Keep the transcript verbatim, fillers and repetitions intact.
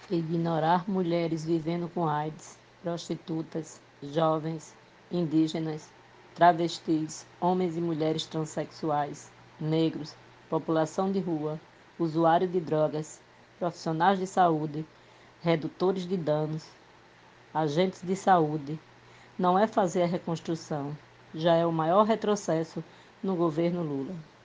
Ignorar mulheres vivendo com AIDS, prostitutas, jovens, indígenas, travestis, homens e mulheres transexuais, negros, população de rua, usuário de drogas, profissionais de saúde, redutores de danos, agentes de saúde, não é fazer a reconstrução, já é o maior retrocesso no governo Lula.